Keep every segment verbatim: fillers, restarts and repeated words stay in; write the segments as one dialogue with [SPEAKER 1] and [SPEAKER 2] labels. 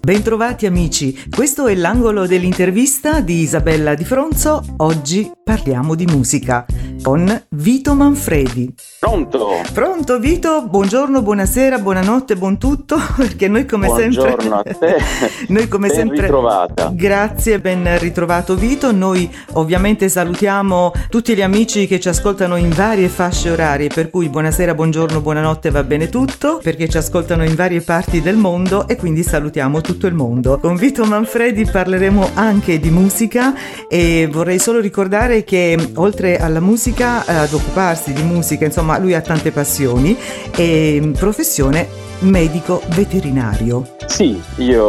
[SPEAKER 1] Bentrovati amici, questo è l'angolo dell'intervista di Isabella Di Fronzo. Oggi parliamo di musica con Vito Manfredi.
[SPEAKER 2] Pronto?
[SPEAKER 1] Pronto Vito? Buongiorno, buonasera, buonanotte, buon tutto, perché noi come
[SPEAKER 2] Buongiorno
[SPEAKER 1] sempre...
[SPEAKER 2] a te,
[SPEAKER 1] noi come
[SPEAKER 2] ben
[SPEAKER 1] sempre...
[SPEAKER 2] ritrovata.
[SPEAKER 1] Grazie, ben ritrovato Vito. Noi ovviamente salutiamo tutti gli amici che ci ascoltano in varie fasce orarie, per cui buonasera, buongiorno, buonanotte va bene tutto, perché ci ascoltano in varie parti del mondo e quindi salutiamo tutto il mondo. Con Vito Manfredi parleremo anche di musica e vorrei solo ricordare che oltre alla musica, ad occuparsi di musica, insomma lui ha tante passioni e professione medico veterinario.
[SPEAKER 2] Sì,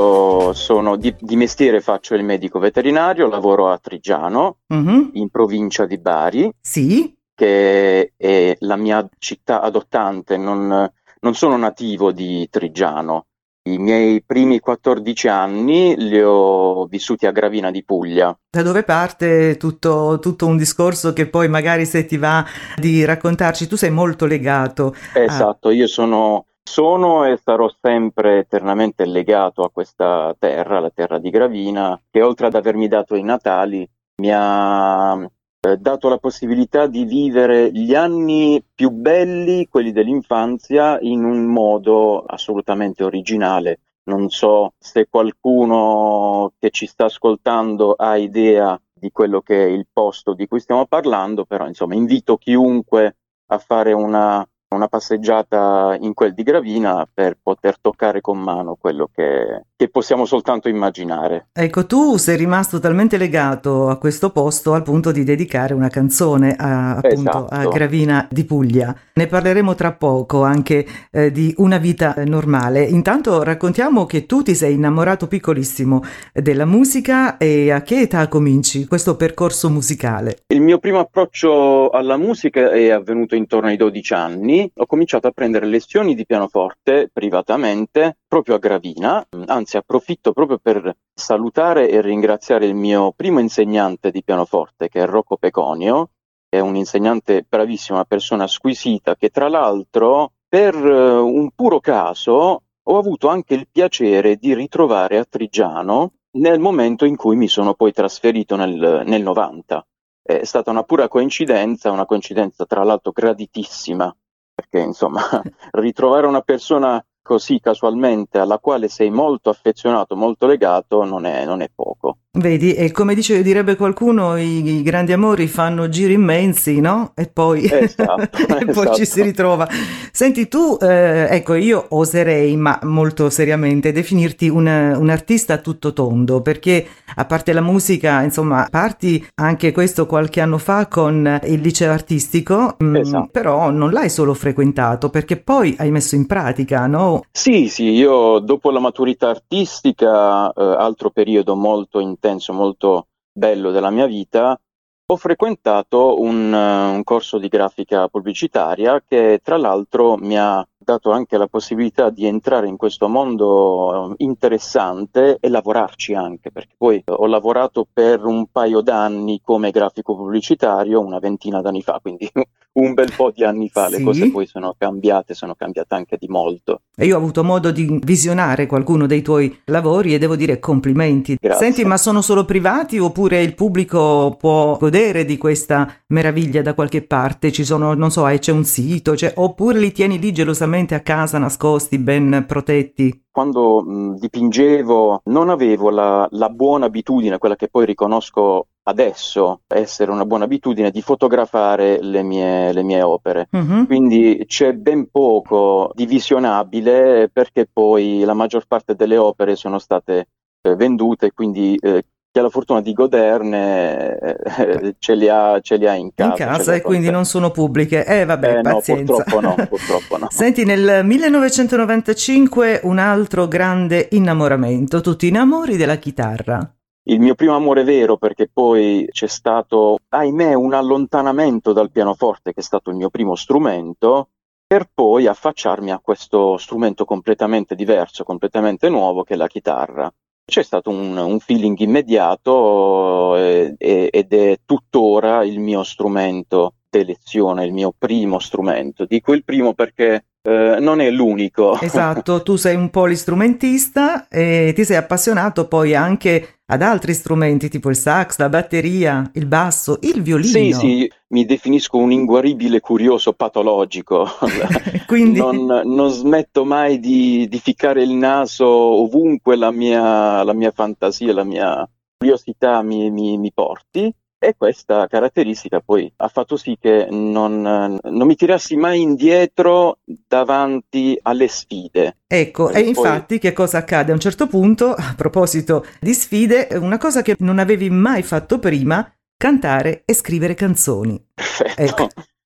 [SPEAKER 2] io sono di, di mestiere, faccio il medico veterinario, lavoro a Trigiano,
[SPEAKER 1] Mm-hmm.
[SPEAKER 2] in provincia di Bari,
[SPEAKER 1] Sì.
[SPEAKER 2] che è la mia città adottante. Non, non sono nativo di Trigiano. I miei primi quattordici anni li ho vissuti a Gravina di Puglia.
[SPEAKER 1] Da dove parte tutto, tutto un discorso che poi magari se ti va di raccontarci, tu sei molto legato.
[SPEAKER 2] Esatto, io sono, sono e sarò sempre eternamente legato a questa terra, la terra di Gravina, che oltre ad avermi dato i natali, mi ha eh, dato la possibilità di vivere gli anni più belli, quelli dell'infanzia, in un modo assolutamente originale. Non so se qualcuno che ci sta ascoltando ha idea di quello che è il posto di cui stiamo parlando, però insomma invito chiunque a fare una, una passeggiata in quel di Gravina per poter toccare con mano quello che, che possiamo soltanto immaginare.
[SPEAKER 1] Ecco, tu sei rimasto talmente legato a questo posto al punto di dedicare una canzone a, appunto, a
[SPEAKER 2] Esatto.
[SPEAKER 1] Gravina di Puglia. Ne parleremo tra poco anche eh, di una vita eh, normale. Intanto raccontiamo che tu ti sei innamorato piccolissimo della musica e a che età cominci questo percorso musicale?
[SPEAKER 2] Il mio primo approccio alla musica è avvenuto intorno ai dodici anni. Ho cominciato a prendere lezioni di pianoforte privatamente proprio a Gravina, anzi approfitto proprio per salutare e ringraziare il mio primo insegnante di pianoforte, che è Rocco Peconio, che è un insegnante bravissimo, una persona squisita, che tra l'altro per uh, un puro caso ho avuto anche il piacere di ritrovare a Trigiano nel momento in cui mi sono poi trasferito nel, nel novanta. È stata una pura coincidenza, una coincidenza tra l'altro graditissima, perché insomma ritrovare una persona così casualmente alla quale sei molto affezionato, molto legato, non è, non è poco.
[SPEAKER 1] Vedi, e come dice, direbbe qualcuno, i, i grandi amori fanno giri immensi, no? E poi,
[SPEAKER 2] Esatto,
[SPEAKER 1] e poi
[SPEAKER 2] esatto.
[SPEAKER 1] ci si ritrova. Senti, tu, eh, ecco, io oserei, ma molto seriamente, definirti un, un artista a tutto tondo, perché a parte la musica, insomma, parti anche questo qualche anno fa con il liceo artistico,
[SPEAKER 2] Esatto.
[SPEAKER 1] mh, però non l'hai solo frequentato, perché poi hai messo in pratica, no?
[SPEAKER 2] Sì, sì, io dopo la maturità artistica, eh, altro periodo molto intenso, molto bello della mia vita, ho frequentato un, uh, un corso di grafica pubblicitaria che tra l'altro mi ha dato anche la possibilità di entrare in questo mondo interessante e lavorarci anche, perché poi ho lavorato per un paio d'anni come grafico pubblicitario, una ventina d'anni fa, quindi un bel po' di anni fa.
[SPEAKER 1] Sì.
[SPEAKER 2] Le cose poi sono cambiate, sono cambiate anche di molto.
[SPEAKER 1] E io ho avuto modo di visionare qualcuno dei tuoi lavori e devo dire complimenti.
[SPEAKER 2] Grazie.
[SPEAKER 1] Senti, ma sono solo privati oppure il pubblico può godere di questa meraviglia da qualche parte? Ci sono, non so, c'è un sito, c'è, oppure li tieni lì gelosamente a casa, nascosti, ben protetti?
[SPEAKER 2] Quando mh, dipingevo non avevo la, la buona abitudine, quella che poi riconosco adesso essere una buona abitudine, di fotografare le mie, le mie opere.
[SPEAKER 1] Mm-hmm.
[SPEAKER 2] Quindi c'è ben poco di visionabile, perché poi la maggior parte delle opere sono state eh, vendute, quindi eh, chi ha la fortuna di goderne eh, ce li ha, ce li ha in casa.
[SPEAKER 1] In casa e quindi non sono pubbliche. Eh vabbè,
[SPEAKER 2] Eh, no,
[SPEAKER 1] pazienza.
[SPEAKER 2] purtroppo no, purtroppo no.
[SPEAKER 1] Senti, nel millenovecentonovantacinque un altro grande innamoramento. Tu ti innamori della chitarra?
[SPEAKER 2] Il mio primo amore vero, perché poi c'è stato, ahimè, un allontanamento dal pianoforte, che è stato il mio primo strumento, per poi affacciarmi a questo strumento completamente diverso, completamente nuovo, che è la chitarra. C'è stato un, un feeling immediato eh, ed è tuttora il mio strumento grande lezione, il mio primo strumento. Dico il primo perché eh, non è l'unico.
[SPEAKER 1] Esatto, tu sei un polistrumentista e ti sei appassionato poi anche ad altri strumenti tipo il sax, la batteria, il basso, il violino.
[SPEAKER 2] Sì, sì, mi definisco un inguaribile curioso patologico.
[SPEAKER 1] Quindi
[SPEAKER 2] non, non smetto mai di, di ficcare il naso ovunque la mia, la mia fantasia, la mia curiosità mi, mi, mi porti. E questa caratteristica poi ha fatto sì che non, non mi tirassi mai indietro davanti alle sfide.
[SPEAKER 1] Ecco, e infatti poi... che cosa accade? A un certo punto, a proposito di sfide, una cosa che non avevi mai fatto prima, cantare e scrivere canzoni.
[SPEAKER 2] Perfetto.
[SPEAKER 1] Ecco.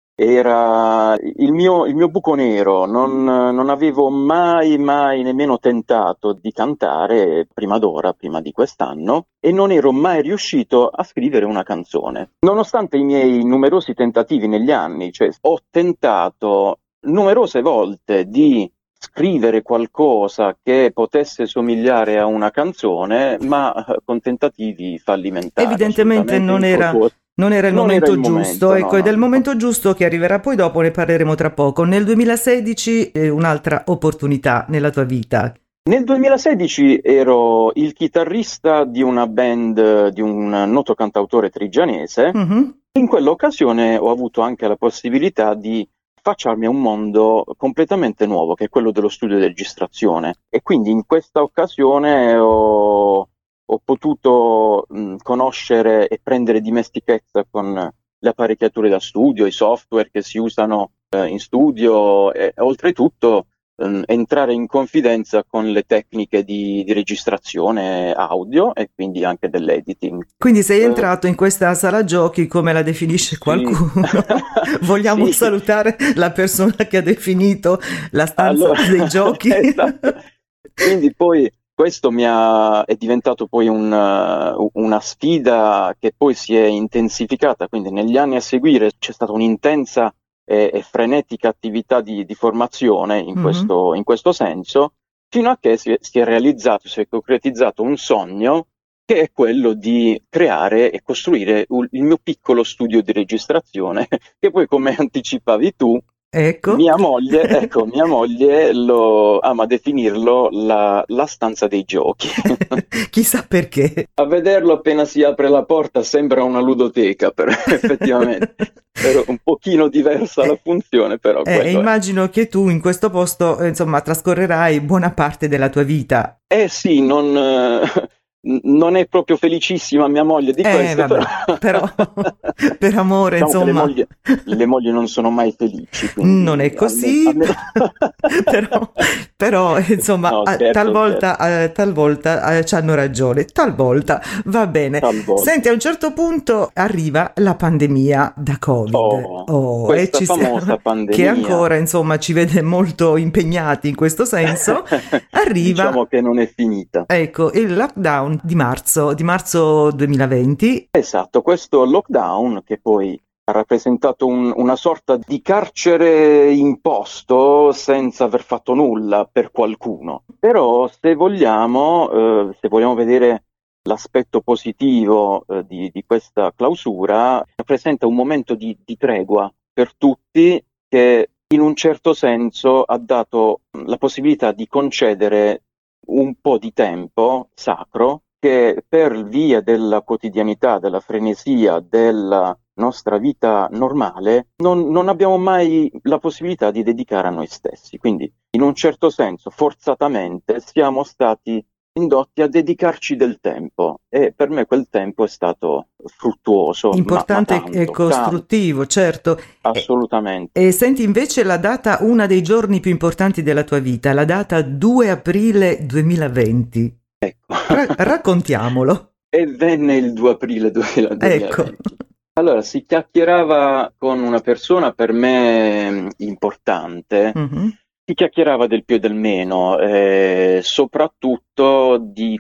[SPEAKER 2] Era il mio, il mio buco nero, non, non avevo mai, mai nemmeno tentato di cantare prima d'ora, prima di quest'anno, e non ero mai riuscito a scrivere una canzone. Nonostante i miei numerosi tentativi negli anni, cioè ho tentato numerose volte di scrivere qualcosa che potesse somigliare a una canzone, ma con tentativi fallimentari.
[SPEAKER 1] Evidentemente non era... Non era il
[SPEAKER 2] non
[SPEAKER 1] momento
[SPEAKER 2] era il
[SPEAKER 1] giusto,
[SPEAKER 2] momento,
[SPEAKER 1] ecco,
[SPEAKER 2] no,
[SPEAKER 1] ed è il
[SPEAKER 2] no,
[SPEAKER 1] momento giusto che arriverà poi dopo, ne parleremo tra poco. Nel duemilasedici eh, un'altra opportunità nella tua vita.
[SPEAKER 2] Nel duemilasedici ero il chitarrista di una band di un noto cantautore trigianese.
[SPEAKER 1] Mm-hmm.
[SPEAKER 2] In quell'occasione ho avuto anche la possibilità di affacciarmi a un mondo completamente nuovo, che è quello dello studio di registrazione. E quindi in questa occasione ho... ho potuto mh, conoscere e prendere dimestichezza con le apparecchiature da studio, i software che si usano eh, in studio e oltretutto mh, entrare in confidenza con le tecniche di, di registrazione audio e quindi anche dell'editing.
[SPEAKER 1] Quindi sei eh, entrato in questa sala giochi, come la definisce qualcuno. Sì. Vogliamo
[SPEAKER 2] sì.
[SPEAKER 1] salutare la persona che ha definito la stanza allora, dei giochi.
[SPEAKER 2] Esatto. Quindi poi questo mi ha, è diventato poi un, uh, una sfida che poi si è intensificata, quindi negli anni a seguire c'è stata un'intensa e, e frenetica attività di, di formazione in, mm-hmm. questo, in questo senso, fino a che si è, si è realizzato, si è concretizzato un sogno che è quello di creare e costruire un, il mio piccolo studio di registrazione, che poi, come anticipavi tu,
[SPEAKER 1] Ecco.
[SPEAKER 2] Mia moglie, ecco, mia moglie lo ama definirlo la, la stanza dei giochi.
[SPEAKER 1] Chissà perché.
[SPEAKER 2] A vederlo appena si apre la porta sembra una ludoteca, però effettivamente è un pochino diversa la funzione, però.
[SPEAKER 1] Eh, immagino
[SPEAKER 2] è.
[SPEAKER 1] che tu in questo posto, insomma, trascorrerai buona parte della tua vita.
[SPEAKER 2] Eh sì, non... Eh... Non è proprio felicissima mia moglie di
[SPEAKER 1] eh,
[SPEAKER 2] questo,
[SPEAKER 1] vabbè, però, però per amore,
[SPEAKER 2] diciamo
[SPEAKER 1] insomma.
[SPEAKER 2] Le mogli, le mogli non sono mai felici.
[SPEAKER 1] Non è così,
[SPEAKER 2] almeno, almeno...
[SPEAKER 1] però, però, insomma,
[SPEAKER 2] no, certo,
[SPEAKER 1] talvolta,
[SPEAKER 2] certo.
[SPEAKER 1] eh, talvolta eh, ci hanno ragione, talvolta, va bene.
[SPEAKER 2] Talvolta.
[SPEAKER 1] Senti, a un certo punto arriva la pandemia da Covid.
[SPEAKER 2] Oh,
[SPEAKER 1] oh
[SPEAKER 2] questa
[SPEAKER 1] e ci
[SPEAKER 2] famosa
[SPEAKER 1] siamo,
[SPEAKER 2] pandemia.
[SPEAKER 1] Che ancora, insomma, ci vede molto impegnati in questo senso. Arriva,
[SPEAKER 2] diciamo che non è finita.
[SPEAKER 1] Ecco, il lockdown di marzo, di marzo duemilaventi.
[SPEAKER 2] Esatto, questo lockdown che poi ha rappresentato un, una sorta di carcere imposto senza aver fatto nulla per qualcuno. Però se vogliamo, eh, se vogliamo vedere l'aspetto positivo eh, di, di questa clausura, rappresenta un momento di, di tregua per tutti che in un certo senso ha dato la possibilità di concedere un po' di tempo sacro che per via della quotidianità, della frenesia, della nostra vita normale, non, non abbiamo mai la possibilità di dedicare a noi stessi. Quindi, in un certo senso, forzatamente, siamo stati indotti a dedicarci del tempo e per me quel tempo è stato fruttuoso,
[SPEAKER 1] importante
[SPEAKER 2] ma, ma tanto,
[SPEAKER 1] e costruttivo,
[SPEAKER 2] tanto.
[SPEAKER 1] Certo.
[SPEAKER 2] Assolutamente.
[SPEAKER 1] E, e senti invece la data, una dei giorni più importanti della tua vita, la data due aprile duemilaventi.
[SPEAKER 2] Ecco.
[SPEAKER 1] Ra- raccontiamolo.
[SPEAKER 2] E venne il due aprile duemilaventi.
[SPEAKER 1] Ecco.
[SPEAKER 2] Allora, si chiacchierava con una persona per me importante. Mm-hmm. Si chiacchierava del più e del meno, eh, soprattutto di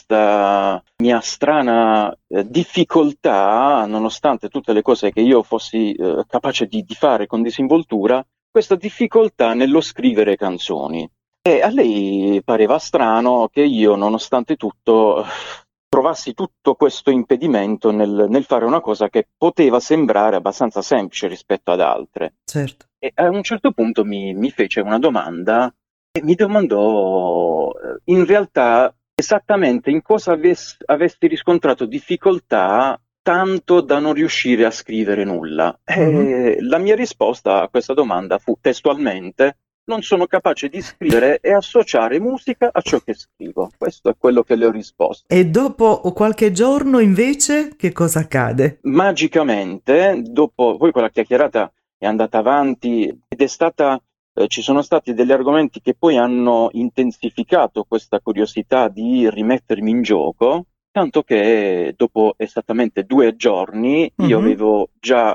[SPEAKER 2] questa mia strana eh, difficoltà, nonostante tutte le cose che io fossi eh, capace di, di fare con disinvoltura, questa difficoltà nello scrivere canzoni. E a lei pareva strano che io, nonostante tutto, trovassi tutto questo impedimento nel, nel fare una cosa che poteva sembrare abbastanza semplice rispetto ad altre.
[SPEAKER 1] Certo.
[SPEAKER 2] E a un certo punto mi, mi fece una domanda e mi domandò in realtà esattamente in cosa avess, avessi riscontrato difficoltà tanto da non riuscire a scrivere nulla. Mm-hmm. E la mia risposta a questa domanda fu testualmente: non sono capace di scrivere e associare musica a ciò che scrivo. Questo è quello che le ho risposto.
[SPEAKER 1] E dopo qualche giorno invece che cosa accade?
[SPEAKER 2] Magicamente, dopo poi quella chiacchierata è andata avanti ed è stata, eh, ci sono stati degli argomenti che poi hanno intensificato questa curiosità di rimettermi in gioco, tanto che dopo esattamente due giorni mm-hmm. io avevo già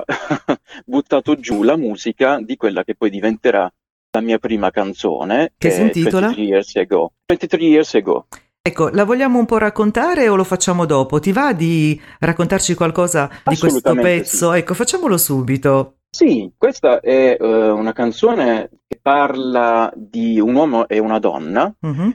[SPEAKER 2] buttato giù la musica di quella che poi diventerà la mia prima canzone,
[SPEAKER 1] che, che si intitola
[SPEAKER 2] ventitré Years Ago. ventitré Years Ago.
[SPEAKER 1] Ecco, la vogliamo un po' raccontare o lo facciamo dopo? Ti va di raccontarci qualcosa di questo pezzo? Sì. Ecco, facciamolo subito.
[SPEAKER 2] Sì, questa è uh, una canzone che parla di un uomo e una donna mm-hmm.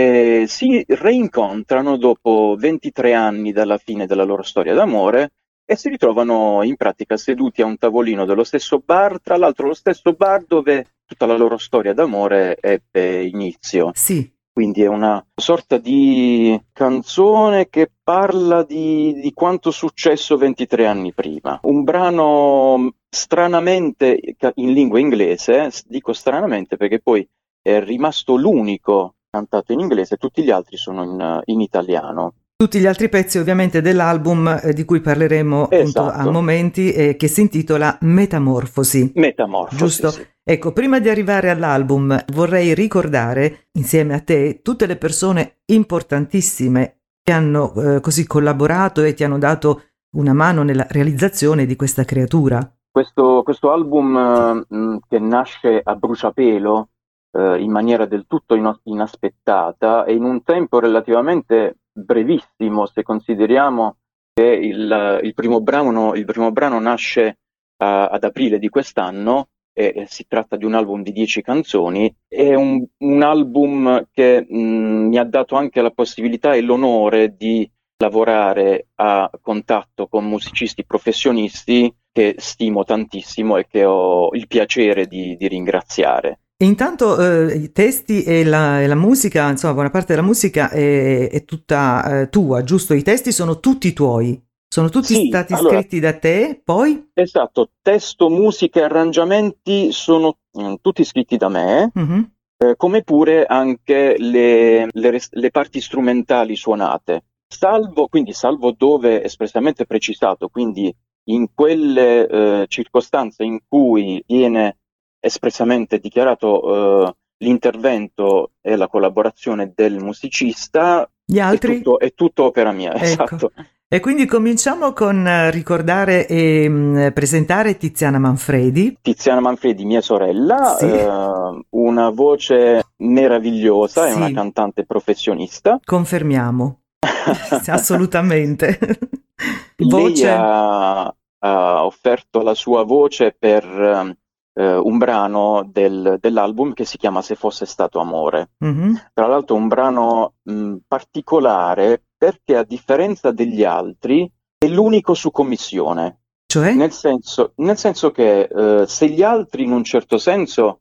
[SPEAKER 2] e si reincontrano dopo ventitré anni dalla fine della loro storia d'amore e si ritrovano in pratica seduti a un tavolino dello stesso bar, tra l'altro lo stesso bar dove tutta la loro storia d'amore ebbe inizio.
[SPEAKER 1] Sì.
[SPEAKER 2] Quindi è una sorta di canzone che parla di, di quanto successo ventitré anni prima. Un brano stranamente in lingua inglese, dico stranamente perché poi è rimasto l'unico cantato in inglese, tutti gli altri sono in, in italiano.
[SPEAKER 1] Tutti gli altri pezzi ovviamente dell'album eh, di cui parleremo
[SPEAKER 2] esatto.
[SPEAKER 1] appunto a momenti, eh, che si intitola Metamorfosi.
[SPEAKER 2] Metamorfosi,
[SPEAKER 1] giusto?
[SPEAKER 2] Sì.
[SPEAKER 1] Ecco, prima di arrivare all'album vorrei ricordare insieme a te tutte le persone importantissime che hanno eh, così collaborato e ti hanno dato una mano nella realizzazione di questa creatura.
[SPEAKER 2] Questo, questo album mh, che nasce a bruciapelo eh, in maniera del tutto in- inaspettata e in un tempo relativamente brevissimo, se consideriamo che il, il, primo, brano, il primo brano nasce uh, ad aprile di quest'anno e, e si tratta di un album di dieci canzoni. È un, un album che mh, mi ha dato anche la possibilità e l'onore di lavorare a contatto con musicisti professionisti che stimo tantissimo e che ho il piacere di, di ringraziare.
[SPEAKER 1] Intanto eh, i testi e la, e la musica, insomma buona parte della musica è, è tutta eh, tua, giusto? I testi sono tutti tuoi, sono tutti
[SPEAKER 2] sì,
[SPEAKER 1] stati
[SPEAKER 2] allora,
[SPEAKER 1] scritti da te, poi?
[SPEAKER 2] Esatto, testo, musica e arrangiamenti sono mh, tutti scritti da me, mm-hmm. eh, come pure anche le, le, le parti strumentali suonate, salvo, quindi salvo dove espressamente precisato, quindi in quelle eh, circostanze in cui viene espressamente dichiarato uh, l'intervento e la collaborazione del musicista,
[SPEAKER 1] gli altri?
[SPEAKER 2] È tutto, è tutto opera mia,
[SPEAKER 1] ecco.
[SPEAKER 2] Esatto.
[SPEAKER 1] E quindi cominciamo con uh, ricordare e mh, presentare Tiziana Manfredi.
[SPEAKER 2] Tiziana Manfredi, mia sorella,
[SPEAKER 1] sì.
[SPEAKER 2] uh, una voce meravigliosa,
[SPEAKER 1] sì.
[SPEAKER 2] È una cantante professionista.
[SPEAKER 1] Confermiamo, assolutamente.
[SPEAKER 2] Voce... Lei ha, ha offerto la sua voce per... Uh, Uh, un brano del, dell'album che si chiama Se fosse stato amore. Mm-hmm. Tra l'altro un brano mh, particolare perché a differenza degli altri è l'unico su commissione.
[SPEAKER 1] Cioè?
[SPEAKER 2] Nel senso, nel senso che uh, se gli altri in un certo senso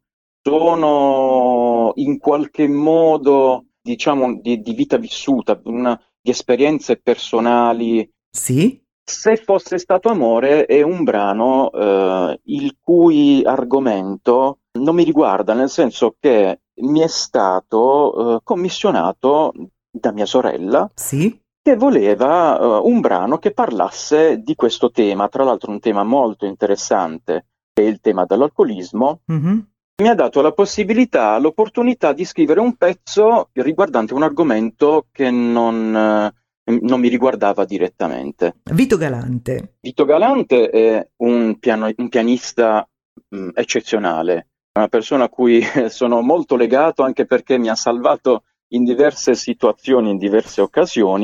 [SPEAKER 2] sono in qualche modo, diciamo, di, di vita vissuta, una, di esperienze personali.
[SPEAKER 1] Sì.
[SPEAKER 2] Se fosse stato amore è un brano eh, il cui argomento non mi riguarda, nel senso che mi è stato eh, commissionato da mia sorella,
[SPEAKER 1] sì.
[SPEAKER 2] che voleva eh, un brano che parlasse di questo tema, tra l'altro un tema molto interessante, che è il tema dell'alcolismo. Mm-hmm. Mi ha dato la possibilità, l'opportunità di scrivere un pezzo riguardante un argomento che non... Eh, non mi riguardava direttamente.
[SPEAKER 1] Vito Galante.
[SPEAKER 2] Vito Galante è un, piano, un pianista mh, eccezionale, una persona a cui sono molto legato anche perché mi ha salvato in diverse situazioni, in diverse occasioni,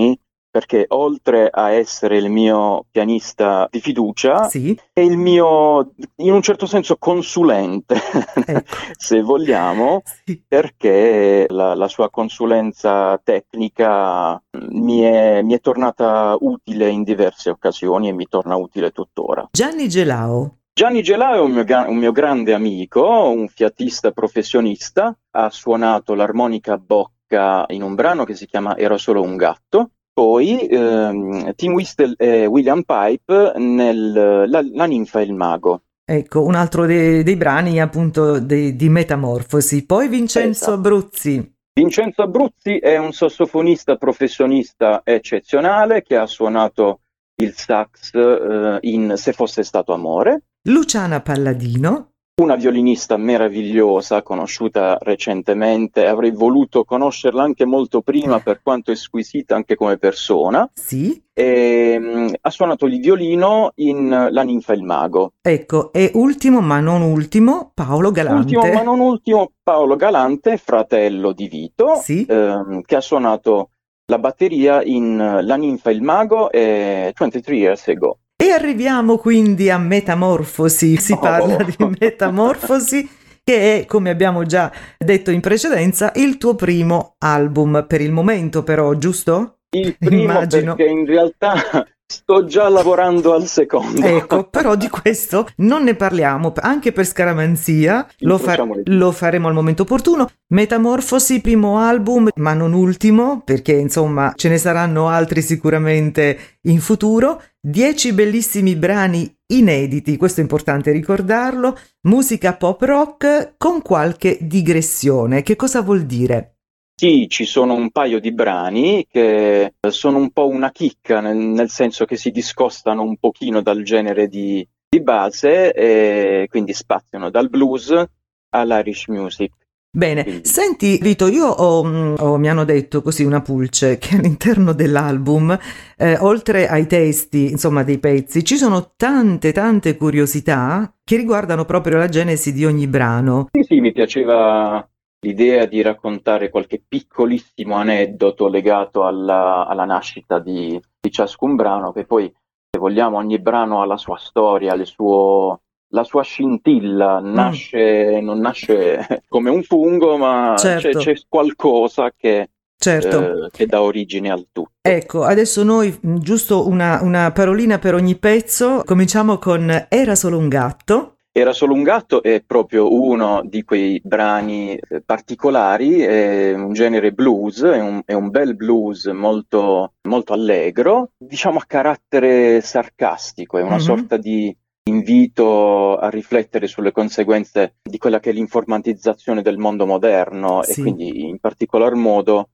[SPEAKER 2] perché oltre a essere il mio pianista di fiducia,
[SPEAKER 1] sì,
[SPEAKER 2] è il mio, in un certo senso, consulente,
[SPEAKER 1] ecco.
[SPEAKER 2] se vogliamo,
[SPEAKER 1] Sì.
[SPEAKER 2] perché la, la sua consulenza tecnica mi è, mi è tornata utile in diverse occasioni e mi torna utile tuttora.
[SPEAKER 1] Gianni Gelao.
[SPEAKER 2] Gianni Gelao è un mio, un mio grande amico, un fiatista professionista, ha suonato l'armonica a bocca in un brano che si chiama Era solo un gatto. Poi ehm, Tim Whistle e William Pipe nel La, la ninfa e il mago.
[SPEAKER 1] Ecco, un altro dei, dei brani appunto dei- di Metamorfosi. Poi Vincenzo
[SPEAKER 2] Esatto.
[SPEAKER 1] Abruzzi.
[SPEAKER 2] Vincenzo Abruzzi è un sassofonista professionista eccezionale che ha suonato il sax eh, in Se fosse stato amore.
[SPEAKER 1] Luciana Palladino.
[SPEAKER 2] Una violinista meravigliosa, conosciuta recentemente, avrei voluto conoscerla anche molto prima per quanto è squisita anche come persona.
[SPEAKER 1] Sì.
[SPEAKER 2] E, mh, ha suonato il violino in La ninfa e il mago.
[SPEAKER 1] Ecco, e ultimo ma non ultimo, Paolo Galante.
[SPEAKER 2] Ultimo ma non ultimo, Paolo Galante, fratello di Vito,
[SPEAKER 1] Sì.
[SPEAKER 2] ehm, che ha suonato la batteria in La ninfa e il mago e ventitré Years Ago.
[SPEAKER 1] E arriviamo quindi a Metamorfosi, si
[SPEAKER 2] Oh.
[SPEAKER 1] parla di Metamorfosi, che è, come abbiamo già detto in precedenza, il tuo primo album per il momento però, giusto?
[SPEAKER 2] Il primo
[SPEAKER 1] Immagino.
[SPEAKER 2] perché in realtà sto già lavorando al secondo.
[SPEAKER 1] Ecco, però di questo non ne parliamo, anche per scaramanzia, lo, fa- lo faremo al momento opportuno. Metamorfosi, primo album, ma non ultimo, perché insomma ce ne saranno altri sicuramente in futuro. Dieci bellissimi brani inediti, questo è importante ricordarlo, musica pop rock con qualche digressione. Che cosa vuol dire?
[SPEAKER 2] Sì, ci sono un paio di brani che sono un po' una chicca, nel, nel senso che si discostano un pochino dal genere di, di base e quindi spaziano dal blues all'Irish music.
[SPEAKER 1] Bene,
[SPEAKER 2] Quindi...
[SPEAKER 1] senti Vito, io ho, ho, mi hanno detto così una pulce che all'interno dell'album, eh, oltre ai testi, insomma dei pezzi, ci sono tante tante curiosità che riguardano proprio la genesi di ogni brano.
[SPEAKER 2] Sì, sì, mi piaceva l'idea di raccontare qualche piccolissimo aneddoto legato alla, alla nascita di, di ciascun brano, che poi, se vogliamo, ogni brano ha la sua storia, le suo, la sua scintilla, nasce, mm. non nasce come un fungo, ma
[SPEAKER 1] certo.
[SPEAKER 2] c'è, c'è qualcosa che,
[SPEAKER 1] certo.
[SPEAKER 2] eh, che dà origine al tutto.
[SPEAKER 1] Ecco, adesso noi, giusto una, una parolina per ogni pezzo, cominciamo con Era solo un gatto.
[SPEAKER 2] Era solo un gatto è proprio uno di quei brani particolari, è un genere blues, è un, è un bel blues molto, molto allegro, diciamo a carattere sarcastico, è una mm-hmm. sorta di invito a riflettere sulle conseguenze di quella che è l'informatizzazione del mondo moderno sì. e quindi in particolar modo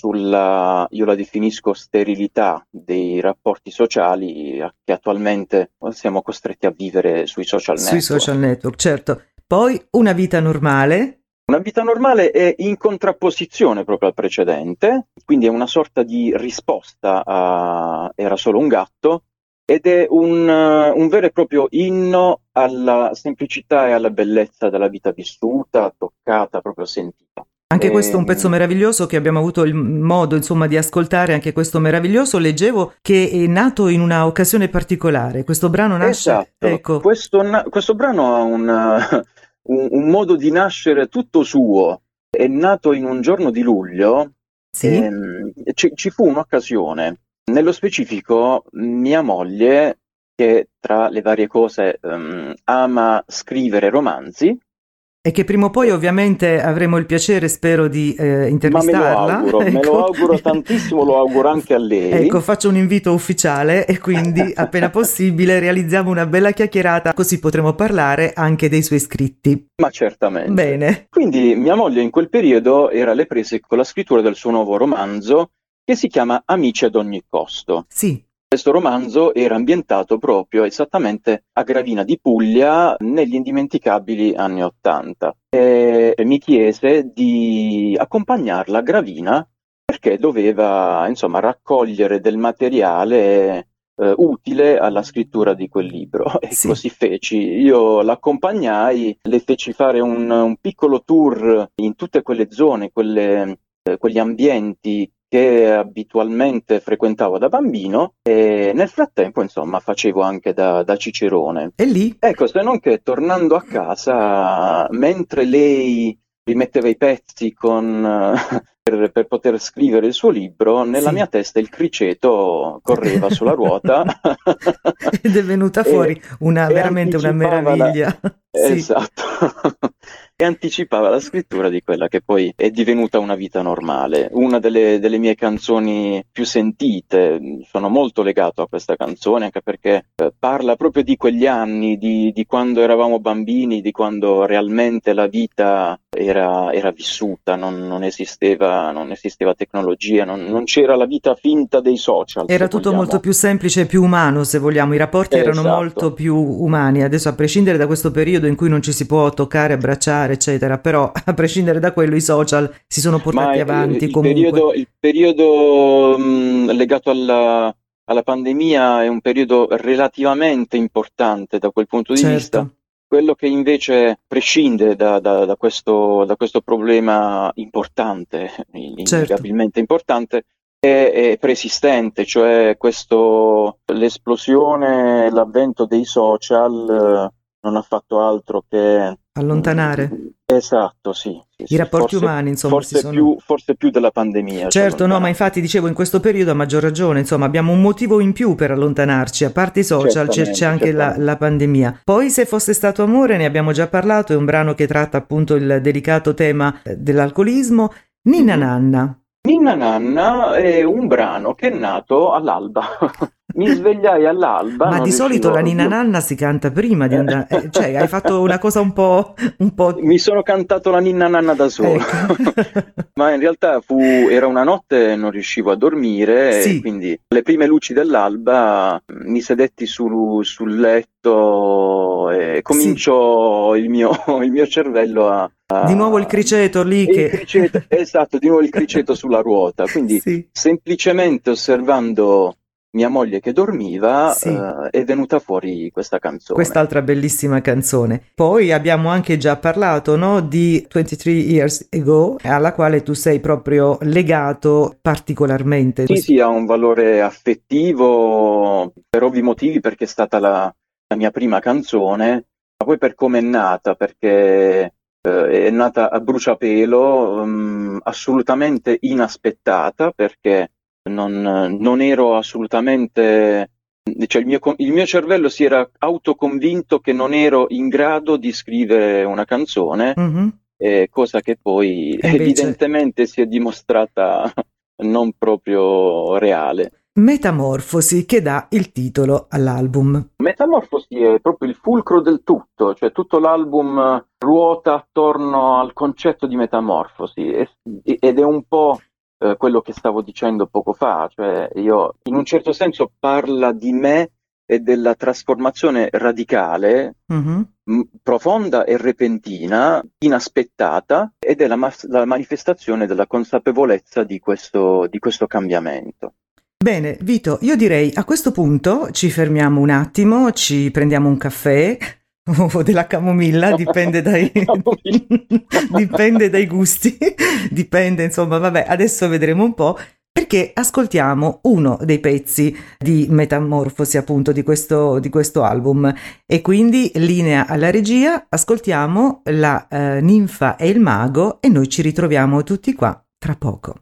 [SPEAKER 2] sulla, io la definisco sterilità dei rapporti sociali che attualmente siamo costretti a vivere sui social network.
[SPEAKER 1] Sui social network, certo. Poi Una vita normale.
[SPEAKER 2] Una vita normale è in contrapposizione proprio al precedente, quindi è una sorta di risposta a Era solo un gatto ed è un, un vero e proprio inno alla semplicità e alla bellezza della vita vissuta, toccata, proprio sentita.
[SPEAKER 1] Anche questo è un pezzo meraviglioso che abbiamo avuto il modo, insomma, di ascoltare, anche questo meraviglioso. Leggevo che è nato in una occasione particolare. Questo brano nasce...
[SPEAKER 2] Esatto,
[SPEAKER 1] ecco.
[SPEAKER 2] questo, questo brano ha un, un, un modo di nascere tutto suo. È nato in un giorno di luglio,
[SPEAKER 1] sì.
[SPEAKER 2] ehm, ci, ci fu un'occasione. Nello specifico, mia moglie, che tra le varie cose um, ama scrivere romanzi,
[SPEAKER 1] e che prima o poi ovviamente avremo il piacere, spero, di eh, intervistarla.
[SPEAKER 2] Ma me lo auguro, ecco. me lo auguro tantissimo, lo auguro anche a lei.
[SPEAKER 1] Ecco, faccio un invito ufficiale e quindi appena possibile realizziamo una bella chiacchierata, così potremo parlare anche dei suoi scritti.
[SPEAKER 2] Ma certamente.
[SPEAKER 1] Bene.
[SPEAKER 2] Quindi mia moglie in quel periodo era alle prese con la scrittura del suo nuovo romanzo che si chiama Amici ad ogni costo.
[SPEAKER 1] Sì.
[SPEAKER 2] Questo romanzo era ambientato proprio esattamente a Gravina di Puglia negli indimenticabili anni Ottanta e mi chiese di accompagnarla a Gravina perché doveva insomma raccogliere del materiale eh, utile alla scrittura di quel libro e sì. Così feci. Io l'accompagnai, le feci fare un, un piccolo tour in tutte quelle zone, quelle, eh, quegli ambienti che abitualmente frequentavo da bambino, e nel frattempo insomma facevo anche da, da cicerone.
[SPEAKER 1] E lì?
[SPEAKER 2] Ecco, se non che tornando a casa, mentre lei rimetteva i pezzi con... Per, per poter scrivere il suo libro, nella
[SPEAKER 1] Sì.
[SPEAKER 2] mia testa il criceto correva sulla ruota
[SPEAKER 1] ed è venuta fuori una
[SPEAKER 2] e
[SPEAKER 1] veramente una meraviglia.
[SPEAKER 2] La...
[SPEAKER 1] Sì.
[SPEAKER 2] Esatto. E anticipava la scrittura di quella che poi è divenuta una vita normale. Una delle, delle mie canzoni più sentite, sono molto legato a questa canzone, anche perché eh, parla proprio di quegli anni, di, di quando eravamo bambini, di quando realmente la vita era, era vissuta, non, non esisteva, non esisteva tecnologia, non, non c'era la vita finta dei social.
[SPEAKER 1] Era tutto
[SPEAKER 2] vogliamo.
[SPEAKER 1] molto più semplice e più umano, se vogliamo, i rapporti
[SPEAKER 2] Esatto.
[SPEAKER 1] erano molto più umani. Adesso, a prescindere da questo periodo in cui non ci si può toccare, abbracciare, eccetera, però a prescindere da quello i social si sono portati
[SPEAKER 2] Ma
[SPEAKER 1] avanti
[SPEAKER 2] il
[SPEAKER 1] comunque.
[SPEAKER 2] Periodo, il periodo mh, legato alla, alla pandemia è un periodo relativamente importante da quel punto di
[SPEAKER 1] Certo.
[SPEAKER 2] vista. Quello che invece prescinde da, da, da, questo, da questo problema importante, innegabilmente certo. importante, è, è preesistente, cioè questo, l'esplosione, l'avvento dei social eh, non ha fatto altro che
[SPEAKER 1] allontanare.
[SPEAKER 2] Esatto, sì. sì
[SPEAKER 1] I
[SPEAKER 2] sì.
[SPEAKER 1] rapporti
[SPEAKER 2] forse,
[SPEAKER 1] umani, insomma,
[SPEAKER 2] forse,
[SPEAKER 1] si sono...
[SPEAKER 2] più, forse più della pandemia.
[SPEAKER 1] Certo, no, ma infatti dicevo, in questo periodo a maggior ragione, insomma, abbiamo un motivo in più per allontanarci, a parte i social c'è, c'è anche la, la pandemia. Poi Se fosse stato amore, ne abbiamo già parlato, è un brano che tratta appunto il delicato tema dell'alcolismo. Ninna Nanna.
[SPEAKER 2] Ninna Nanna è un brano che è nato all'alba. Mi svegliai all'alba.
[SPEAKER 1] Ma di solito la Ninna Nanna si canta prima di andare, eh, cioè hai fatto una cosa un po', un po'...
[SPEAKER 2] Mi sono cantato la Ninna Nanna da solo, ecco. Ma in realtà fu, era una notte e non riuscivo a dormire, sì. E quindi alle prime luci dell'alba mi sedetti sul, sul letto e cominciò sì. il, mio, il mio cervello a... a
[SPEAKER 1] di nuovo il criceto lì
[SPEAKER 2] il
[SPEAKER 1] che...
[SPEAKER 2] Criceto, esatto, di nuovo il criceto sulla ruota, quindi sì. semplicemente osservando mia moglie che dormiva, sì. uh, è venuta fuori questa canzone.
[SPEAKER 1] Quest'altra bellissima canzone. Poi abbiamo anche già parlato, no, di ventitré Years Ago, alla quale tu sei proprio legato particolarmente.
[SPEAKER 2] Sì, sì, ha un valore affettivo per ovvi motivi, perché è stata la, la mia prima canzone, ma poi per come è nata, perché uh, è nata a bruciapelo, um, assolutamente inaspettata, perché Non, non ero assolutamente, cioè il mio, il mio cervello si era autoconvinto che non ero in grado di scrivere una canzone, mm-hmm. eh, cosa che poi invece... evidentemente si è dimostrata non proprio reale.
[SPEAKER 1] Metamorfosi, che dà il titolo all'album.
[SPEAKER 2] Metamorfosi è proprio il fulcro del tutto, cioè tutto l'album ruota attorno al concetto di metamorfosi ed è un po' quello che stavo dicendo poco fa, cioè io in un certo senso parla di me e della trasformazione radicale, mm-hmm. m- profonda e repentina, inaspettata, ed è la, mas- la manifestazione della consapevolezza di questo, di questo cambiamento.
[SPEAKER 1] Bene, Vito, io direi a questo punto ci fermiamo un attimo, ci prendiamo un caffè o della camomilla, dipende dai dipende dai gusti, dipende, insomma, vabbè, adesso vedremo un po', perché ascoltiamo uno dei pezzi di Metamorfosi, appunto, di questo, di questo album, e quindi linea alla regia, ascoltiamo la eh, Ninfa e il mago e noi ci ritroviamo tutti qua tra poco.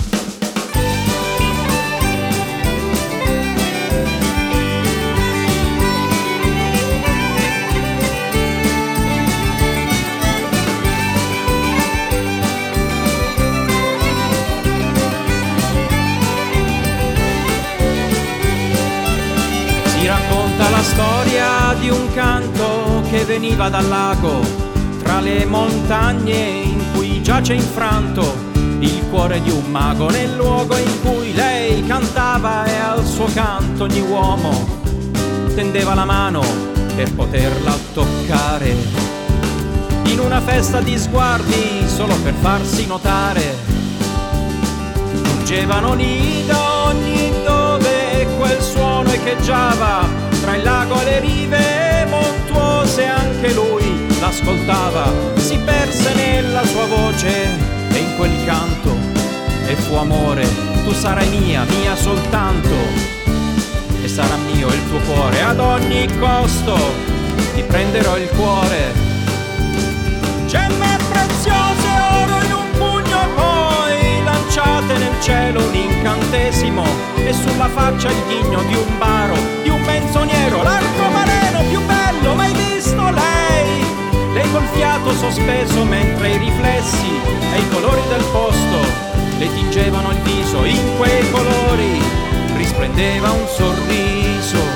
[SPEAKER 3] La storia di un canto che veniva dal lago, tra le montagne in cui giace infranto il cuore di un mago, nel luogo in cui lei cantava e al suo canto ogni uomo tendeva la mano per poterla toccare. In una festa di sguardi solo per farsi notare, giungevano lì da ogni dove quel suono echeggiava. Tra il lago e le rive montuose anche lui l'ascoltava, si perse nella sua voce e in quel canto, e fu amore, tu sarai mia, mia soltanto, e sarà mio il tuo cuore, ad ogni costo ti prenderò il cuore. Gemme preziose, oro in un pugno, poi lanciate nel cielo un incantesimo, e sulla faccia il ghigno di un baro, di un menzognero, l'arcobaleno più bello mai visto. Lei, lei col fiato sospeso, mentre i riflessi e i colori del posto le tingevano il viso, in quei colori risplendeva un sorriso.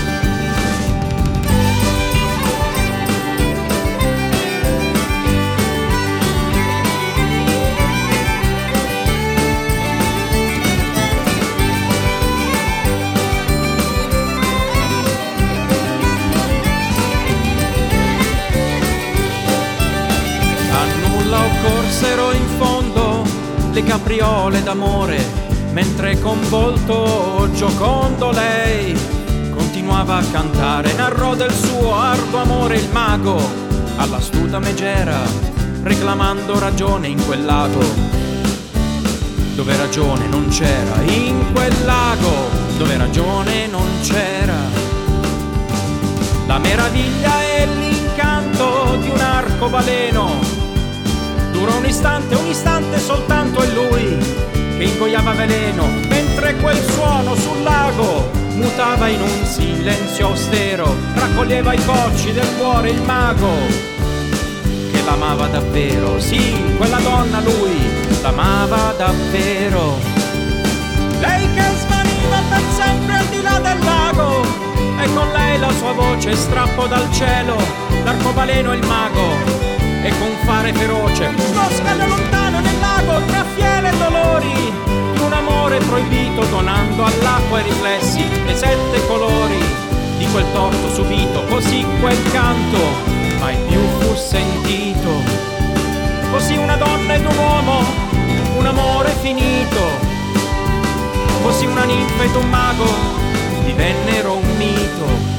[SPEAKER 3] Corsero in fondo le capriole d'amore, mentre con volto giocondo lei continuava a cantare. Narrò del suo arduo amore il mago all'astuta megera, reclamando ragione in quel lago dove ragione non c'era, in quel lago dove ragione non c'era. La meraviglia e l'incanto di un arcobaleno durò un istante, un istante soltanto, e lui che ingoiava veleno, mentre quel suono sul lago mutava in un silenzio austero, raccoglieva i cocci del cuore il mago che l'amava davvero. Sì, quella donna lui l'amava davvero. Lei che svaniva per sempre al di là del lago, e con lei la sua voce strappo dal cielo, l'arcobaleno e il mago, e con fare feroce lo scalo lontano nel lago, tra fiele e dolori di un amore proibito, donando all'acqua i riflessi e sette colori di quel torto subito. Così quel canto mai più fu sentito, così una donna ed un uomo, un amore finito, così una ninfa ed un mago divennero un mito.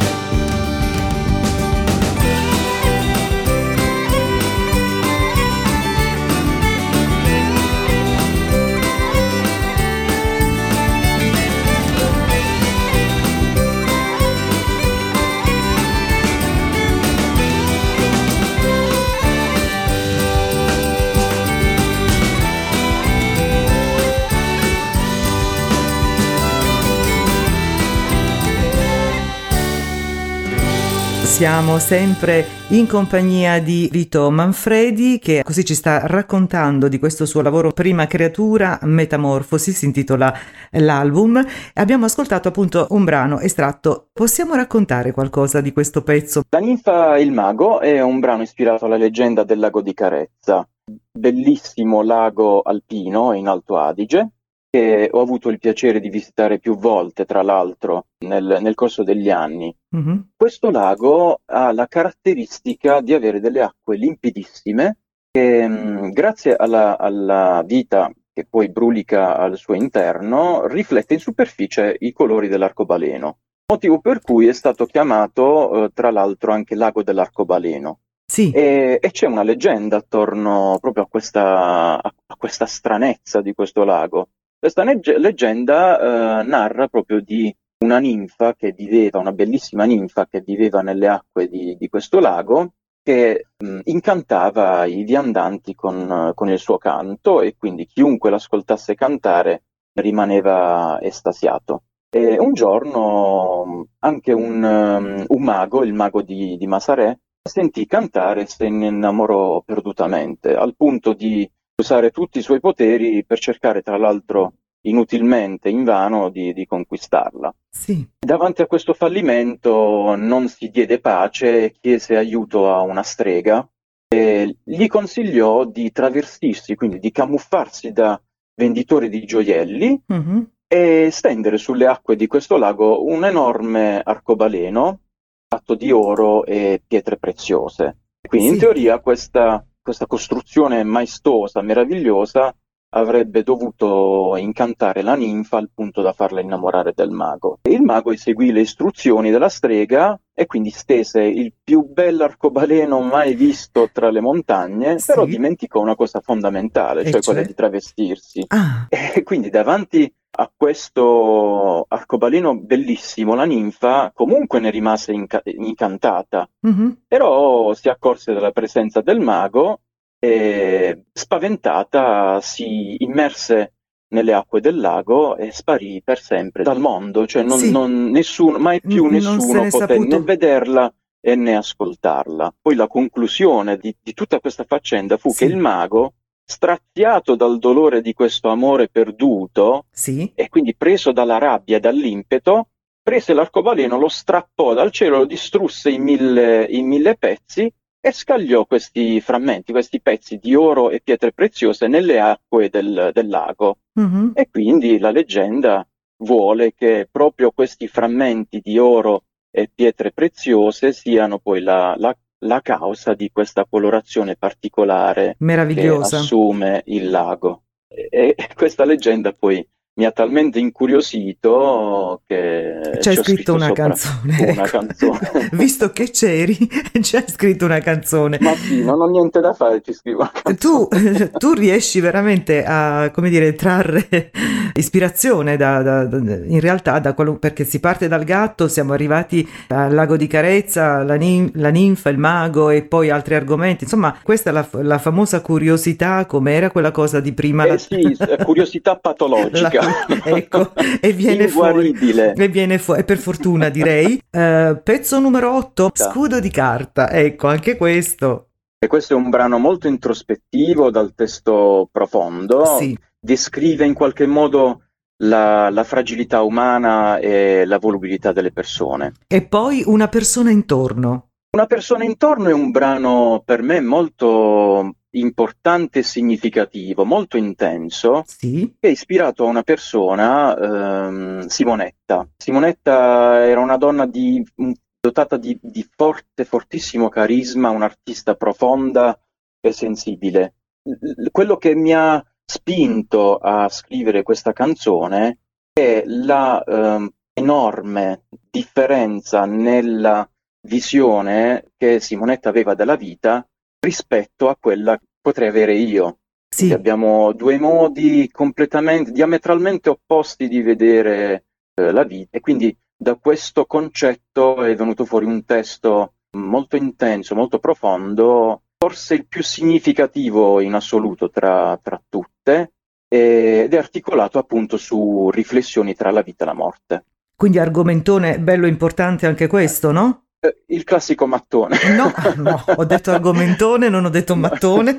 [SPEAKER 1] Siamo sempre in compagnia di Vito Manfredi, che così ci sta raccontando di questo suo lavoro Prima creatura, Metamorfosi, si intitola l'album. Abbiamo ascoltato appunto un brano estratto. Possiamo raccontare qualcosa di questo pezzo?
[SPEAKER 2] La ninfa e il mago è un brano ispirato alla leggenda del lago di Carezza, bellissimo lago alpino in Alto Adige, che ho avuto il piacere di visitare più volte, tra l'altro, nel, nel corso degli anni. Mm-hmm. Questo lago ha la caratteristica di avere delle acque limpidissime che, mh, grazie alla, alla vita che poi brulica al suo interno, riflette in superficie i colori dell'arcobaleno, motivo per cui è stato chiamato, eh, tra l'altro, anche lago dell'arcobaleno.
[SPEAKER 1] Sì.
[SPEAKER 2] E, e c'è una leggenda attorno proprio a questa, a, a questa stranezza di questo lago. Questa legge- leggenda eh, narra proprio di una ninfa che viveva, una bellissima ninfa che viveva nelle acque di, di questo lago, che mh, incantava i viandanti con, con il suo canto, e quindi chiunque l'ascoltasse cantare rimaneva estasiato. E un giorno anche un, um, un mago, il mago di, di Masarè, sentì cantare e se ne innamorò perdutamente, al punto di usare tutti i suoi poteri per cercare, tra l'altro inutilmente, invano, di, di conquistarla.
[SPEAKER 1] Sì.
[SPEAKER 2] Davanti a questo fallimento non si diede pace e chiese aiuto a una strega e gli consigliò di travestirsi, quindi di camuffarsi da venditore di gioielli, mm-hmm. e stendere sulle acque di questo lago un enorme arcobaleno fatto di oro e pietre preziose. Quindi sì. In teoria questa, questa costruzione maestosa, meravigliosa, avrebbe dovuto incantare la ninfa al punto da farla innamorare del mago. E il mago eseguì le istruzioni della strega e quindi stese il più bello mai visto tra le montagne, sì. Però dimenticò una cosa fondamentale, cioè, cioè quella di travestirsi. Ah. E quindi davanti a questo arcobaleno bellissimo la ninfa comunque ne rimase inca- incantata, mm-hmm. però si accorse della presenza del mago e spaventata si immerse nelle acque del lago e sparì per sempre dal mondo, cioè non,
[SPEAKER 1] sì.
[SPEAKER 2] non, nessuno, mai più
[SPEAKER 1] N-
[SPEAKER 2] nessuno poté
[SPEAKER 1] saputo...
[SPEAKER 2] né vederla e né ascoltarla. Poi la conclusione di, di tutta questa faccenda fu sì. che il mago, straziato dal dolore di questo amore perduto
[SPEAKER 1] sì.
[SPEAKER 2] e quindi preso dalla rabbia e dall'impeto, prese l'arcobaleno, lo strappò dal cielo, lo distrusse in mille, in mille pezzi e scagliò questi frammenti, questi pezzi di oro e pietre preziose nelle acque del, del lago. Mm-hmm. E quindi la leggenda vuole che proprio questi frammenti di oro e pietre preziose siano poi la, la la causa di questa colorazione particolare
[SPEAKER 1] meravigliosa
[SPEAKER 2] che assume il lago. E, e questa leggenda poi mi ha talmente incuriosito che
[SPEAKER 1] c'è
[SPEAKER 2] ci ho
[SPEAKER 1] scritto una
[SPEAKER 2] sopra
[SPEAKER 1] canzone,
[SPEAKER 2] una
[SPEAKER 1] ecco.
[SPEAKER 2] canzone.
[SPEAKER 1] Visto che c'eri, c'è scritto una canzone.
[SPEAKER 2] Ma sì, non ho niente da fare, ci scrivo una canzone.
[SPEAKER 1] Tu, tu riesci veramente a, come dire, trarre ispirazione da, da, da, in realtà da quello, perché si parte dal gatto, siamo arrivati al lago di Carezza, la, nin, la ninfa, il mago e poi altri argomenti. Insomma, questa è la, la famosa curiosità, com'era quella cosa di prima?
[SPEAKER 2] Eh
[SPEAKER 1] la...
[SPEAKER 2] sì, curiosità patologica.
[SPEAKER 1] La, ecco, e viene fuori, e viene fuori, e per fortuna direi. Uh, pezzo numero otto, Scudo di carta, ecco, anche questo.
[SPEAKER 2] E questo è un brano molto introspettivo, dal testo profondo,
[SPEAKER 1] sì.
[SPEAKER 2] descrive in qualche modo la, la fragilità umana e la volubilità delle persone.
[SPEAKER 1] E poi Una persona intorno.
[SPEAKER 2] Una persona intorno è un brano per me molto importante e significativo, molto intenso,
[SPEAKER 1] sì.
[SPEAKER 2] che è ispirato a una persona, ehm, Simonetta. Simonetta era una donna di, dotata di, di forte, fortissimo carisma, un'artista profonda e sensibile. Quello che mi ha spinto a scrivere questa canzone è la ehm, enorme differenza nella visione che Simonetta aveva della vita rispetto a quella che potrei avere io.
[SPEAKER 1] Sì.
[SPEAKER 2] Abbiamo due modi completamente, diametralmente opposti di vedere eh, la vita, e quindi da questo concetto è venuto fuori un testo molto intenso, molto profondo, forse il più significativo in assoluto tra, tra tutte, ed è articolato appunto su riflessioni tra la vita e la morte.
[SPEAKER 1] Quindi argomentone bello importante anche questo, no?
[SPEAKER 2] Il classico mattone.
[SPEAKER 1] No, no, ho detto argomentone, non ho detto mattone,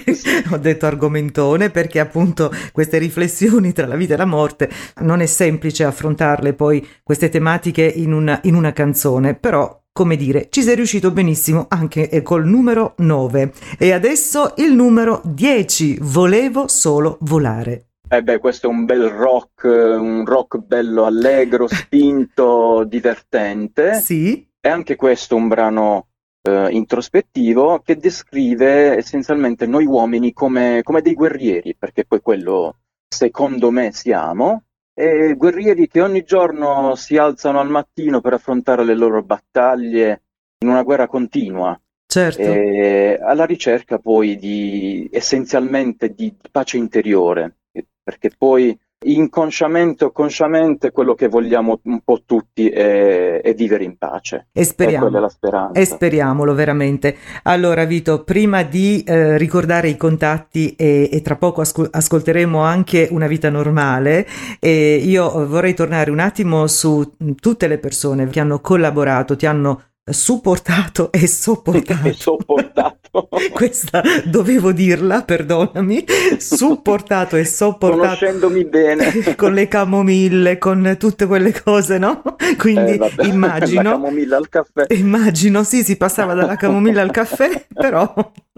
[SPEAKER 1] ho detto argomentone perché appunto queste riflessioni tra la vita e la morte non è semplice affrontarle poi queste tematiche in una, in una canzone, però come dire, ci sei riuscito benissimo anche col numero nove. E adesso il numero dieci, Volevo solo volare.
[SPEAKER 2] Eh beh, questo è un bel rock, un rock bello allegro, spinto, divertente.
[SPEAKER 1] Sì.
[SPEAKER 2] È anche questo un brano eh, introspettivo che descrive essenzialmente noi uomini come, come dei guerrieri, perché poi quello secondo me siamo, e guerrieri che ogni giorno si alzano al mattino per affrontare le loro battaglie in una guerra continua.
[SPEAKER 1] Certo.
[SPEAKER 2] E alla ricerca poi di essenzialmente di pace interiore, perché poi inconsciamente o consciamente quello che vogliamo un po' tutti è, è vivere in pace.
[SPEAKER 1] E speriamo.
[SPEAKER 2] E quella è la speranza.
[SPEAKER 1] E speriamolo veramente. Allora Vito, prima di eh, ricordare i contatti e, e tra poco ascol- ascolteremo anche Una vita normale, e io vorrei tornare un attimo su tutte le persone che hanno collaborato, ti hanno supportato e sopportato.
[SPEAKER 2] E sopportato.
[SPEAKER 1] Questa dovevo dirla, perdonami. Supportato e sopportato.
[SPEAKER 2] Conoscendomi bene.
[SPEAKER 1] Con le camomille, con tutte quelle cose, no? Quindi
[SPEAKER 2] eh, vabbè,
[SPEAKER 1] immagino.
[SPEAKER 2] La camomilla al caffè.
[SPEAKER 1] Immagino, sì, si passava dalla camomilla al caffè, però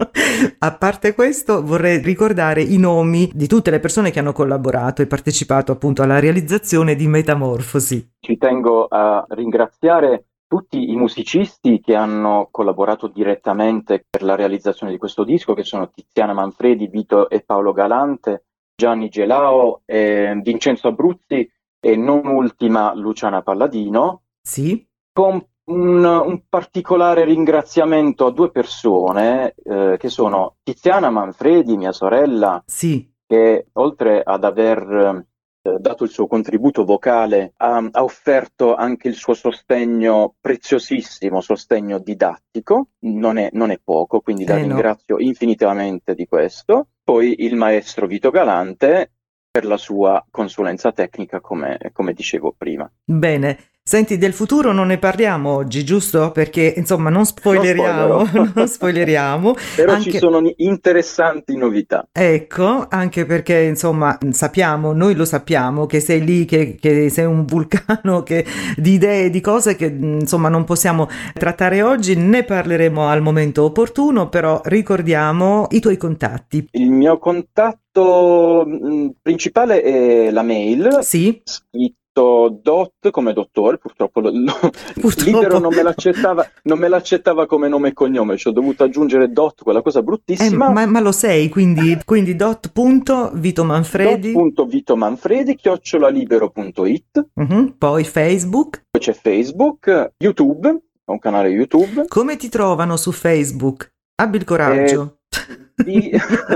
[SPEAKER 1] a parte questo vorrei ricordare i nomi di tutte le persone che hanno collaborato e partecipato appunto alla realizzazione di Metamorfosi.
[SPEAKER 2] Ci tengo a ringraziare tutti i musicisti che hanno collaborato direttamente per la realizzazione di questo disco, che sono Tiziana Manfredi, Vito e Paolo Galante, Gianni Gelao, eh, Vincenzo Abruzzi e non ultima Luciana Palladino.
[SPEAKER 1] Sì.
[SPEAKER 2] Con un, un particolare ringraziamento a due persone eh, che sono Tiziana Manfredi, mia sorella,
[SPEAKER 1] sì.
[SPEAKER 2] che oltre ad aver eh, dato il suo contributo vocale, ha, ha offerto anche il suo sostegno preziosissimo, sostegno didattico, non è, non è poco, quindi la
[SPEAKER 1] Eh, no.
[SPEAKER 2] ringrazio infinitamente di questo. Poi il maestro Vito Galante per la sua consulenza tecnica, come, come dicevo prima.
[SPEAKER 1] Bene. Senti, del futuro non ne parliamo oggi, giusto? Perché, insomma, non spoileriamo,
[SPEAKER 2] spoilerò.
[SPEAKER 1] non spoileriamo.
[SPEAKER 2] Però
[SPEAKER 1] Anche-
[SPEAKER 2] ci sono interessanti novità.
[SPEAKER 1] Ecco, anche perché, insomma, sappiamo, noi lo sappiamo, che sei lì, che, che sei un vulcano che, di idee, di cose che, insomma, non possiamo trattare oggi, ne parleremo al momento opportuno, però ricordiamo i tuoi contatti.
[SPEAKER 2] Il mio contatto mh, principale è la mail,
[SPEAKER 1] Sì,
[SPEAKER 2] scritto dot come dottore, purtroppo, lo, lo-
[SPEAKER 1] Purtroppo.
[SPEAKER 2] Libero non me l'accettava, non me l'accettava come nome e cognome, ci ho dovuto aggiungere dot, quella cosa
[SPEAKER 1] eh,
[SPEAKER 2] bruttissima.
[SPEAKER 1] ma, ma lo sei, quindi, quindi dot punto Vito Manfredi,
[SPEAKER 2] dot.vitomanfredi chiocciolalibero.it.
[SPEAKER 1] mhm, poi Facebook.
[SPEAKER 2] Poi c'è Facebook, YouTube, ho un canale YouTube.
[SPEAKER 1] Come ti trovano su Facebook? Abbi il coraggio.
[SPEAKER 2] Di-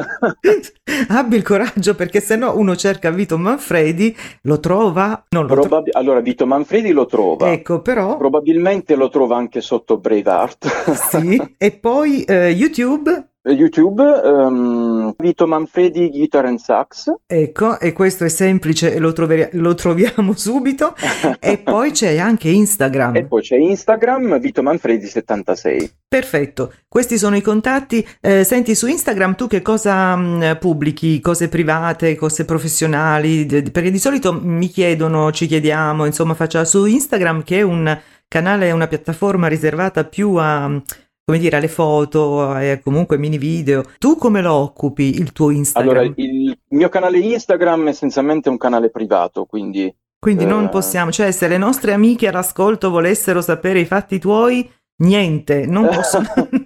[SPEAKER 1] Abbi il coraggio, perché se no uno cerca Vito Manfredi, lo trova, non lo trova.
[SPEAKER 2] Probabi- allora, Vito Manfredi lo trova.
[SPEAKER 1] Ecco, però,
[SPEAKER 2] Probabilmente lo trova anche sotto Braveheart.
[SPEAKER 1] sì. E poi eh, YouTube,
[SPEAKER 2] YouTube, ehm, Vito Manfredi Guitar and Sax.
[SPEAKER 1] ecco, e questo è semplice e lo, troveri- lo troviamo subito. E poi c'è anche Instagram.
[SPEAKER 2] E poi c'è Instagram, Vito Manfredi settantasei.
[SPEAKER 1] Perfetto, questi sono i contatti. Eh, senti, su Instagram tu che cosa mh, pubblichi? Cose private, cose professionali? D- Perché di solito mi chiedono, ci chiediamo, insomma, faccia su Instagram, che è un canale, una piattaforma riservata più a, come dire, alle foto e comunque mini video. Tu come lo occupi il tuo Instagram?
[SPEAKER 2] Allora, il mio canale Instagram è essenzialmente un canale privato, quindi
[SPEAKER 1] Quindi non
[SPEAKER 2] eh,
[SPEAKER 1] possiamo, cioè se le nostre amiche all'ascolto volessero sapere i fatti tuoi, niente, non possono,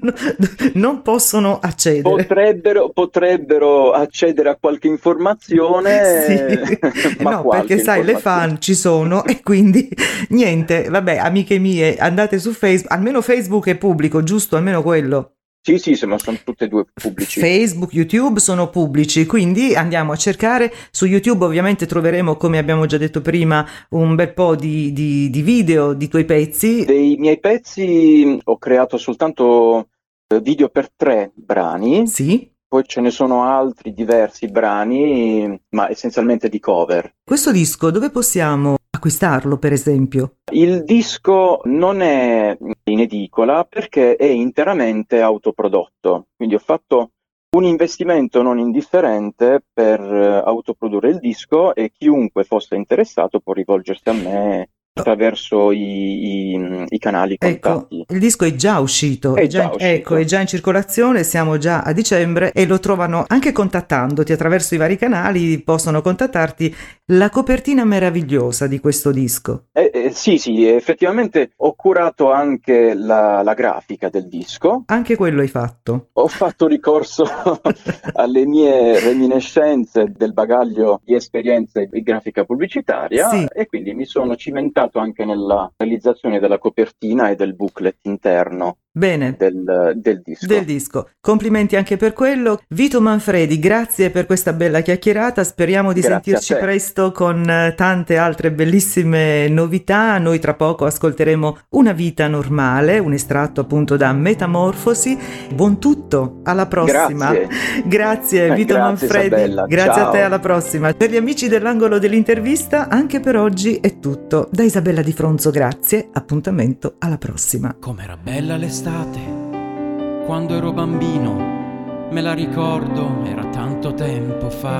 [SPEAKER 1] non possono accedere.
[SPEAKER 2] potrebbero, potrebbero accedere a qualche informazione,
[SPEAKER 1] Sì.
[SPEAKER 2] ma
[SPEAKER 1] No,
[SPEAKER 2] qualche
[SPEAKER 1] perché sai, le
[SPEAKER 2] informazione.
[SPEAKER 1] fan ci sono e quindi niente, vabbè, amiche mie, andate su Facebook, almeno Facebook è pubblico, giusto? Almeno quello.
[SPEAKER 2] Sì, sì, sì, ma sono tutte e due pubblici.
[SPEAKER 1] Facebook, YouTube sono pubblici, quindi andiamo a cercare. Su YouTube ovviamente troveremo, come abbiamo già detto prima, un bel po' di, di- di video di tuoi pezzi.
[SPEAKER 2] Dei miei pezzi ho creato soltanto eh, video per tre brani,
[SPEAKER 1] Sì.
[SPEAKER 2] poi ce ne sono altri diversi brani, ma essenzialmente di cover.
[SPEAKER 1] Questo disco dove possiamo acquistarlo, per esempio?
[SPEAKER 2] Il disco non è in edicola perché è interamente autoprodotto, quindi ho fatto un investimento non indifferente per eh, autoprodurre il disco e chiunque fosse interessato può rivolgersi a me attraverso i, i- i canali
[SPEAKER 1] Ecco,
[SPEAKER 2] contatti.
[SPEAKER 1] il disco è già uscito,
[SPEAKER 2] È
[SPEAKER 1] è già,
[SPEAKER 2] già uscito.
[SPEAKER 1] ecco, è già in circolazione, siamo già a dicembre e lo trovano anche contattandoti attraverso i vari canali, possono contattarti. La copertina meravigliosa di questo disco.
[SPEAKER 2] Eh, eh, sì, sì, effettivamente ho curato anche la, la grafica del disco.
[SPEAKER 1] Anche quello hai fatto.
[SPEAKER 2] Ho fatto ricorso alle mie reminiscenze del bagaglio di esperienze di grafica pubblicitaria
[SPEAKER 1] Sì.
[SPEAKER 2] e quindi mi sono cimentato anche nella realizzazione della copertina e del booklet interno
[SPEAKER 1] Bene.
[SPEAKER 2] del, del disco.
[SPEAKER 1] Del disco. Complimenti anche per quello. Vito Manfredi, grazie per questa bella chiacchierata. Speriamo di
[SPEAKER 2] Grazie
[SPEAKER 1] sentirci
[SPEAKER 2] a te.
[SPEAKER 1] presto con eh, tante altre bellissime novità. Noi tra poco ascolteremo Una vita normale, un estratto appunto da Metamorfosi. Buon tutto, alla prossima.
[SPEAKER 2] Grazie.
[SPEAKER 1] Grazie Vito
[SPEAKER 2] Grazie,
[SPEAKER 1] Manfredi.
[SPEAKER 2] Isabella.
[SPEAKER 1] Grazie
[SPEAKER 2] Ciao.
[SPEAKER 1] a te, alla prossima. Per gli amici dell'angolo dell'intervista, anche per oggi è tutto. Da Isabella Di Fronzo, grazie. Appuntamento alla prossima.
[SPEAKER 3] Com'era bella l'estate, quando ero bambino, me la ricordo, era tanto tempo fa.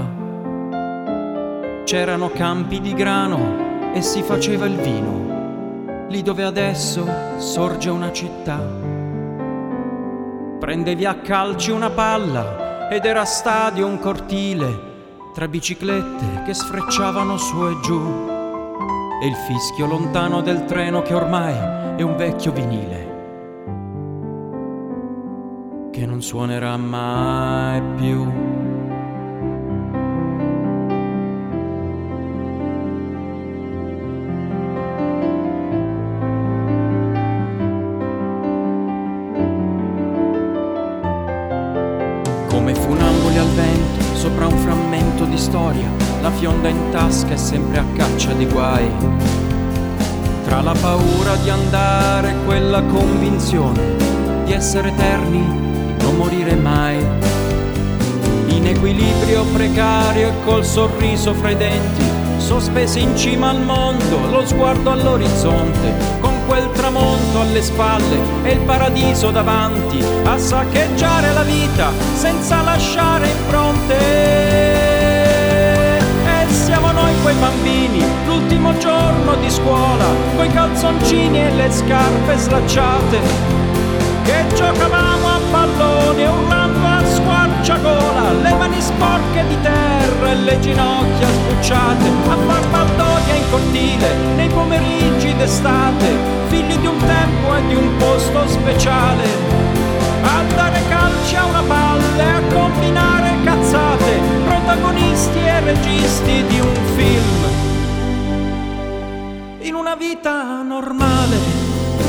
[SPEAKER 3] C'erano campi di grano e si faceva il vino, lì dove adesso sorge una città. Prendevi a calci una palla ed era stadio un cortile, tra biciclette che sfrecciavano su e giù, e il fischio lontano del treno che ormai è un vecchio vinile che non suonerà mai più. Come funamboli al vento sopra un frammento di di storia, la fionda in tasca è sempre a caccia di guai. Tra la paura di andare e quella convinzione di essere eterni, non morire mai. In equilibrio precario e col sorriso fra i denti, sospesi in cima al mondo, lo sguardo all'orizzonte, con quel tramonto alle spalle e il paradiso davanti, a saccheggiare la vita senza lasciare impronte. E siamo noi quei bambini, l'ultimo giorno di scuola, coi calzoncini e le scarpe slacciate, che giocavamo a pallone urlando a squarciagola, le mani sporche di terra e le ginocchia sbucciate, a far baldoria in cortile nei pomeriggi d'estate, figli di un tempo e di un posto speciale, a dare calci a una palla e a combinare cazzate, protagonisti e registi di un film in una vita normale.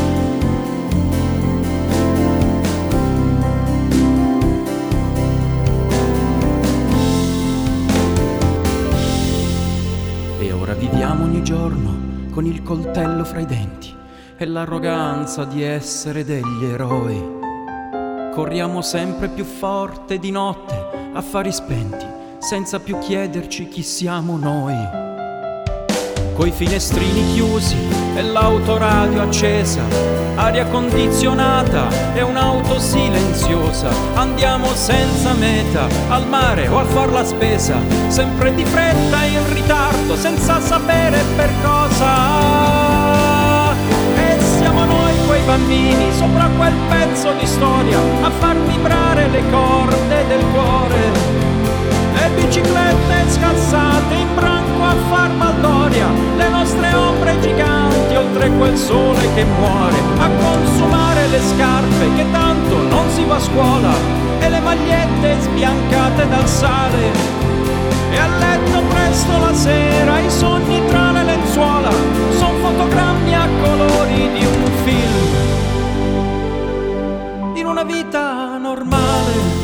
[SPEAKER 3] Viviamo ogni giorno con il coltello fra i denti e l'arroganza di essere degli eroi. Corriamo sempre più forte di notte, affari spenti, senza più chiederci chi siamo noi. Coi finestrini chiusi e l'autoradio accesa, aria condizionata e un'auto silenziosa, andiamo senza meta al mare o a far la spesa, sempre di fretta e in ritardo, senza sapere per cosa. E siamo noi quei bambini sopra quel pezzo di storia, a far vibrare le corde del cuore, le biciclette scansate in branco a far baldoria, le nostre ombre giganti oltre quel sole che muore, a consumare le scarpe che tanto non si va a scuola e le magliette sbiancate dal sale, e a letto presto la sera i sogni tra le lenzuola son fotogrammi a colori di un film in una vita normale.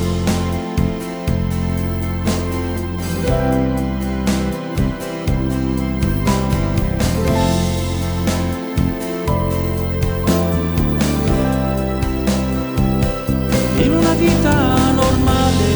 [SPEAKER 3] In una vita normale.